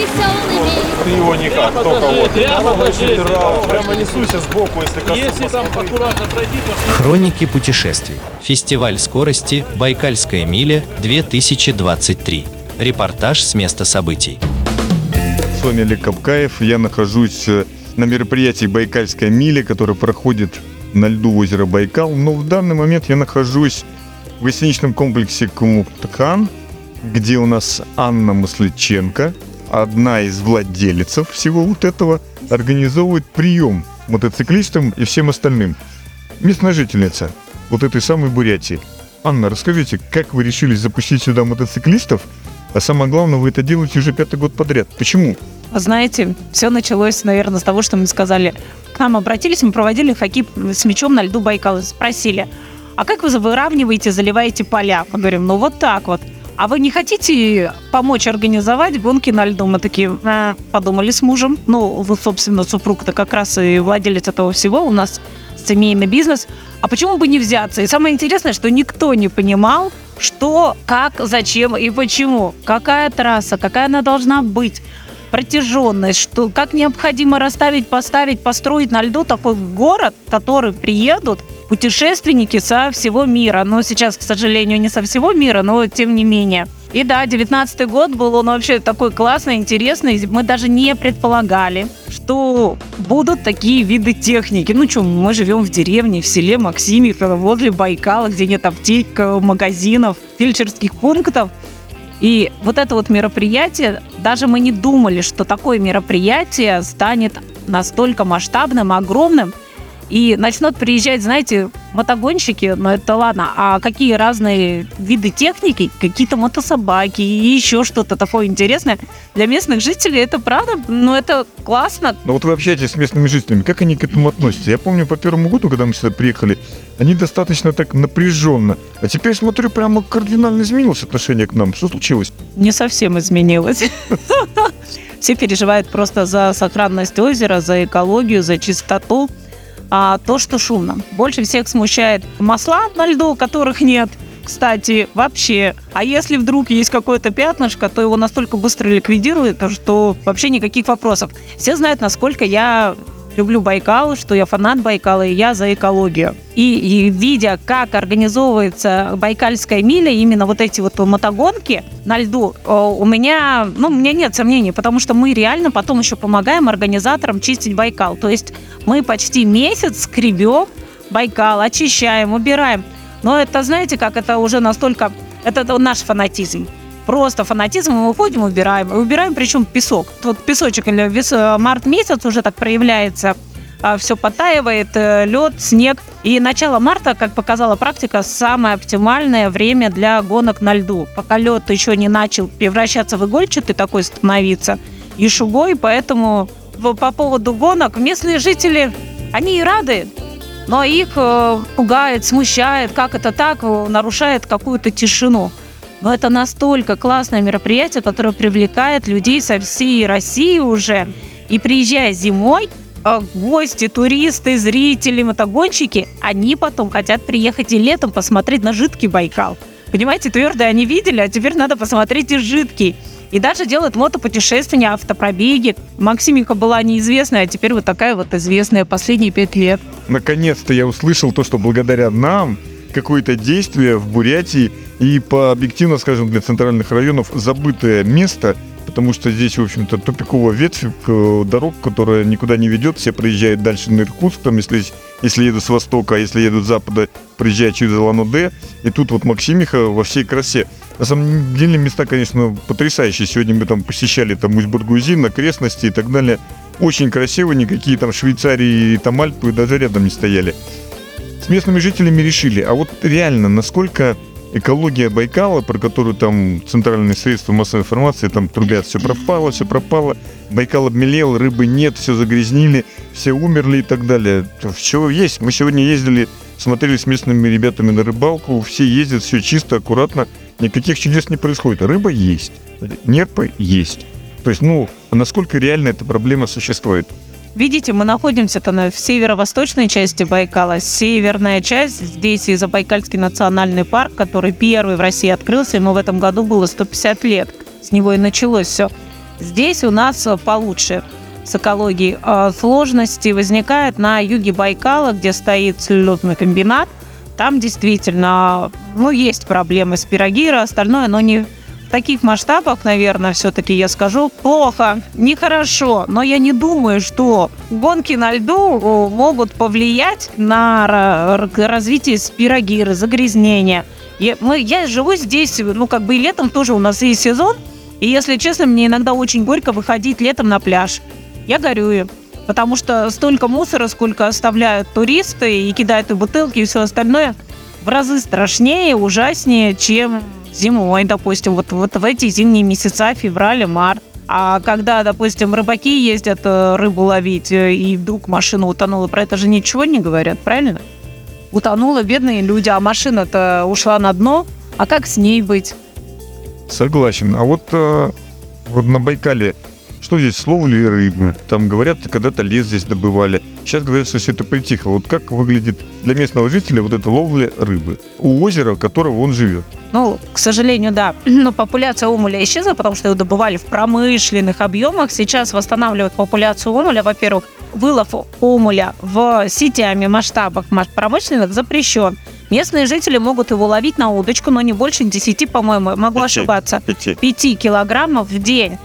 Ты его никак, только вот прямо несуйся сбоку, если Если там аккуратно пройти, то... Хроники путешествий. Фестиваль скорости «Байкальская миля-2023». Репортаж с места событий. С вами Олег Капкаев. Я нахожусь на мероприятии «Байкальская миля», которое проходит на льду озера Байкал. Но в данный момент я нахожусь в гостиничном комплексе «Кумуктхан», где у нас Анна Масличенко, одна из владелицев всего вот этого, организовывает прием мотоциклистам и всем остальным. Местная жительница вот этой самой Бурятии. Анна, расскажите, как вы решились запустить сюда мотоциклистов? А самое главное, вы это делаете уже 5-й год подряд. Почему? Вы знаете, все началось, наверное, с того, что мы сказали. К нам обратились, мы проводили хоккей с мячом на льду Байкала. Спросили, а как вы выравниваете, заливаете поля? Мы говорим, ну вот так вот. А вы не хотите помочь организовать гонки на льду? Мы такие подумали с мужем. Ну, собственно, супруг-то как раз и владелец этого всего. У нас семейный бизнес. А почему бы не взяться? И самое интересное, что никто не понимал, что, как, зачем и почему. Какая трасса, какая она должна быть. Протяженность, что, как необходимо расставить, поставить, построить на льду такой город, в который приедут путешественники со всего мира. Но сейчас, к сожалению, не со всего мира, но тем не менее. И да, 19-й год был он вообще такой классный, интересный. Мы даже не предполагали, что будут такие виды техники. Ну что, мы живем в деревне, в селе Максимихово, возле Байкала, где нет аптек, магазинов, фельдшерских пунктов. И вот это вот мероприятие, даже мы не думали, что такое мероприятие станет настолько масштабным, огромным. И начнут приезжать, знаете, мотогонщики, но это ладно, а какие разные виды техники, какие-то мотособаки и еще что-то такое интересное. Для местных жителей это правда, ну это классно. Но вот вы общаетесь с местными жителями, как они к этому относятся? Я помню, по первому году, когда мы сюда приехали, они достаточно так напряженно. А теперь, смотрю, прямо кардинально изменилось отношение к нам. Что случилось? Не совсем изменилось. Все переживают просто за сохранность озера, за экологию, за чистоту. А то, что шумно. Больше всех смущает масла на льду, которых нет, кстати, вообще. А если вдруг есть какое-то пятнышко, то его настолько быстро ликвидируют, что вообще никаких вопросов. Все знают, насколько я люблю Байкал, что я фанат Байкала, и я за экологию. И видя, как организовывается Байкальская миля, именно вот эти вот мотогонки на льду, у меня нет сомнений, потому что мы реально потом еще помогаем организаторам чистить Байкал. То есть мы почти месяц скребем Байкал, очищаем, убираем. Но это, знаете, как это уже настолько... Это наш фанатизм. Просто фанатизм, мы выходим, убираем. И убираем, причем песок. Вот песочек, март месяц уже так проявляется, все подтаивает, лед, снег. И начало марта, как показала практика, самое оптимальное время для гонок на льду. Пока лед еще не начал превращаться в игольчатый такой становиться, и шугой, поэтому по поводу гонок местные жители, они и рады, но их пугает, смущает, как это так, нарушает какую-то тишину. Но это настолько классное мероприятие, которое привлекает людей со всей России уже. И приезжая зимой, гости, туристы, зрители, мотогонщики, они потом хотят приехать и летом посмотреть на жидкий Байкал. Понимаете, твердый они видели, а теперь надо посмотреть и жидкий. И даже делают мотопутешествия, автопробеги. Максимика была неизвестная, а теперь вот такая вот известная последние 5 лет. Наконец-то я услышал то, что благодаря нам какое-то действие в Бурятии и по объективно, скажем, для центральных районов забытое место, потому что здесь, в общем-то, тупиковая ветвь дорог, которая никуда не ведет, все проезжают дальше на Иркутск, там, если едут с востока, а если едут с запада, проезжают через Улан-Удэ, и тут вот Максимиха во всей красе. На самом деле места, конечно, потрясающие. Сегодня мы там посещали там Усть-Баргузин, окрестности и так далее. Очень красиво, никакие там Швейцарии и там Альпы даже рядом не стояли. С местными жителями решили, а вот реально, насколько экология Байкала, про которую там центральные средства массовой информации там трубят, все пропало, Байкал обмелел, рыбы нет, все загрязнили, все умерли и так далее. Все есть. Мы сегодня ездили, смотрели с местными ребятами на рыбалку, все ездят, все чисто, аккуратно, никаких чудес не происходит. Рыба есть, нерпы есть. То есть, насколько реально эта проблема существует? Видите, мы находимся-то в северо-восточной части Байкала. Северная часть, здесь и Забайкальский национальный парк, который первый в России открылся, ему в этом году было 150 лет. С него и началось все. Здесь у нас получше с экологией. Сложности возникают на юге Байкала, где стоит целлюлозный комбинат. Там действительно, есть проблемы с пирогиро, остальное, но не в таких масштабах, наверное, все-таки я скажу, плохо, нехорошо. Но я не думаю, что гонки на льду могут повлиять на развитие спирогиры, загрязнения. Я живу здесь, и летом тоже у нас есть сезон. И, если честно, мне иногда очень горько выходить летом на пляж. Я горюю, потому что столько мусора, сколько оставляют туристы и кидают и бутылки, и все остальное, в разы страшнее, ужаснее, чем зимой, допустим, вот в эти зимние месяца, февраль, март. А когда, допустим, рыбаки ездят рыбу ловить, и вдруг машина утонула, про это же ничего не говорят, правильно? Утонула, бедные люди, а машина-то ушла на дно, а как с ней быть? Согласен. А вот на Байкале, что здесь с ловлей рыбы? Там говорят, когда-то лес здесь добывали. Сейчас говорят, что все это притихло. Вот как выглядит для местного жителя вот эта ловля рыбы у озера, у которого он живет? К сожалению, да. Но популяция омуля исчезла, потому что ее добывали в промышленных объемах. Сейчас восстанавливают популяцию омуля. Во-первых, вылов омуля в сетями, масштабах промышленных запрещен. Местные жители могут его ловить на удочку, но не больше 10, по-моему, могу ошибаться, 5 килограммов в день.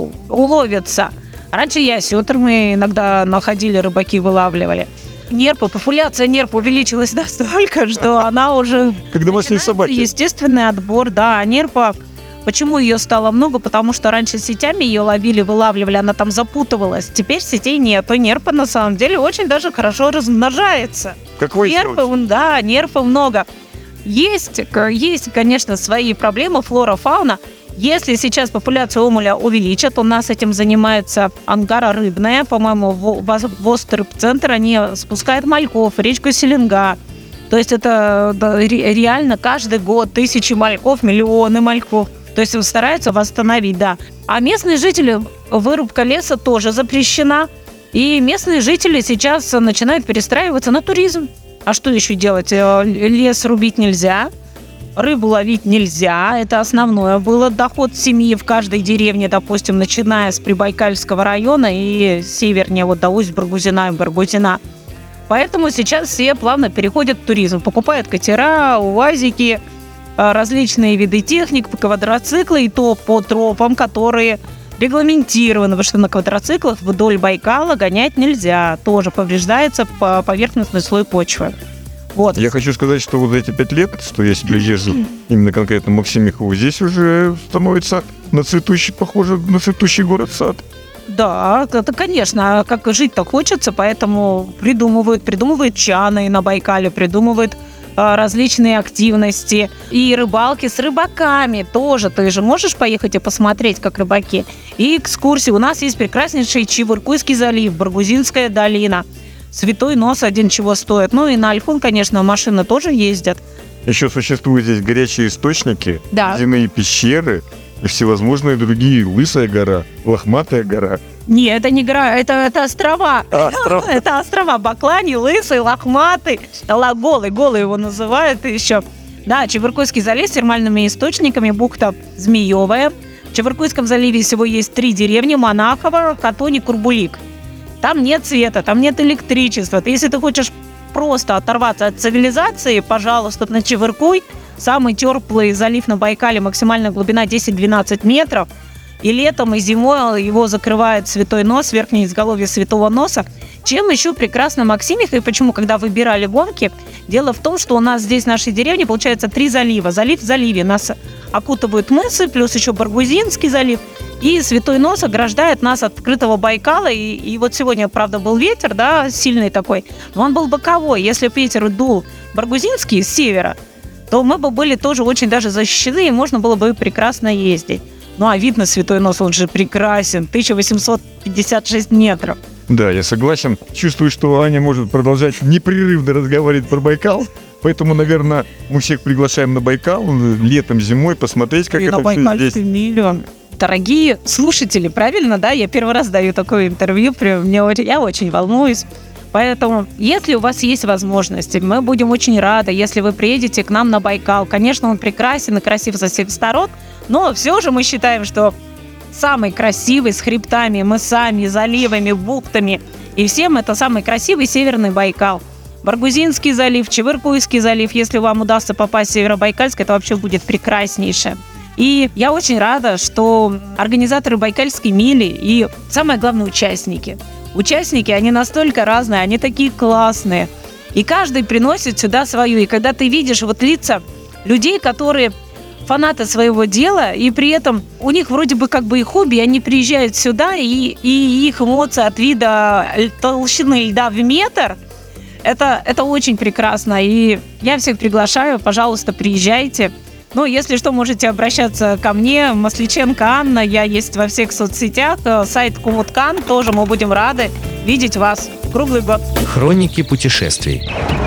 Уловятся. Раньше ясётр мы иногда находили, рыбаки вылавливали. Популяция нерп увеличилась настолько, что она уже... Как домашние собаки. Естественный отбор, да. Нерпа, почему ее стало много? Потому что раньше сетями ее ловили, вылавливали, она там запутывалась. Теперь сетей нет. И нерпа на самом деле очень даже хорошо размножается. Как выяснилось. Да, нерпа много. Есть, конечно, свои проблемы, флора, фауна. Если сейчас популяцию омуля увеличат, у нас этим занимается Ангара рыбная, по-моему, в Острыбцентр они спускают мальков, речку Селенга. То есть это реально каждый год тысячи мальков, миллионы мальков. То есть стараются восстановить, да. А местные жители, вырубка леса тоже запрещена. И местные жители сейчас начинают перестраиваться на туризм. А что еще делать? Лес рубить нельзя. Рыбу ловить нельзя, это основное было доход семьи в каждой деревне, допустим, начиная с Прибайкальского района и севернее до Усть-Баргузина и Баргузина. Поэтому сейчас все плавно переходят в туризм, покупают катера, УАЗики, различные виды техник, квадроциклы, и то по тропам, которые регламентированы, потому что на квадроциклах вдоль Байкала гонять нельзя, тоже повреждается поверхностный слой почвы. Вот. Я хочу сказать, что вот за эти 5 лет, что я себе езжу именно конкретно Максимихово, здесь уже становится похоже на цветущий город-сад. Да, это, конечно, как жить-то хочется, поэтому придумывают чаны на Байкале, придумывают различные активности. И рыбалки с рыбаками тоже. Ты же можешь поехать и посмотреть, как рыбаки. И экскурсии. У нас есть прекраснейший Чебуркуйский залив, Баргузинская долина. Святой Нос один чего стоит. И на Альфун, конечно, машины тоже ездят. Еще существуют здесь горячие источники, да, ледяные пещеры и всевозможные другие. Лысая гора, Лохматая гора. Не, это не гора, это острова. Это острова. Баклани, Лысый, Лохматый, Голый его называют еще. Да, Чебуркуйский залив с термальными источниками, бухта Змеевая. В Чебуркуйском заливе всего есть 3 деревни: Монахово, Катони, Курбулик. Там нет света, там нет электричества. Если ты хочешь просто оторваться от цивилизации, пожалуйста, на Чебуркуй. Самый теплый залив на Байкале, максимальная глубина 10-12 метров. И летом, и зимой его закрывает Святой Нос, верхнее изголовье Святого Носа. Чем еще прекрасно Максимихово, и почему, когда выбирали гонки, дело в том, что у нас здесь в нашей деревне получается 3 залива. Залив в заливе. Нас окутывают мысы, плюс еще Баргузинский залив. И Святой Нос ограждает нас от открытого Байкала. И вот сегодня, правда, был ветер, да, сильный такой, но он был боковой. Если бы ветер дул Баргузинский с севера, то мы бы были тоже очень даже защищены, и можно было бы прекрасно ездить. А вид на Святой Нос, он же прекрасен, 1856 метров. Да, я согласен. Чувствую, что Аня может продолжать непрерывно разговаривать про Байкал. Поэтому, наверное, мы всех приглашаем на Байкал летом, зимой, посмотреть, как это все здесь. Миллион. Дорогие слушатели, правильно, да? Я первый раз даю такое интервью, я очень волнуюсь. Поэтому, если у вас есть возможность, мы будем очень рады, если вы приедете к нам на Байкал. Конечно, он прекрасен и красив со всех сторон, но все же мы считаем, что самый красивый, с хребтами, мысами, заливами, бухтами. И всем это самый красивый Северный Байкал. Баргузинский залив, Чебаркульский залив. Если вам удастся попасть в Северобайкальск, это вообще будет прекраснейше. И я очень рада, что организаторы Байкальской мили и, самое главное, участники. Участники, они настолько разные, они такие классные. И каждый приносит сюда свою. И когда ты видишь вот лица людей, которые фанаты своего дела, и при этом у них вроде бы как бы и хобби, они приезжают сюда, и их эмоции от вида толщины льда в метр, это очень прекрасно. И я всех приглашаю, пожалуйста, приезжайте. Ну, если что, можете обращаться ко мне, Масличенко Анна, я есть во всех соцсетях, сайт Кумуткан, тоже мы будем рады видеть вас круглый год. Хроники путешествий.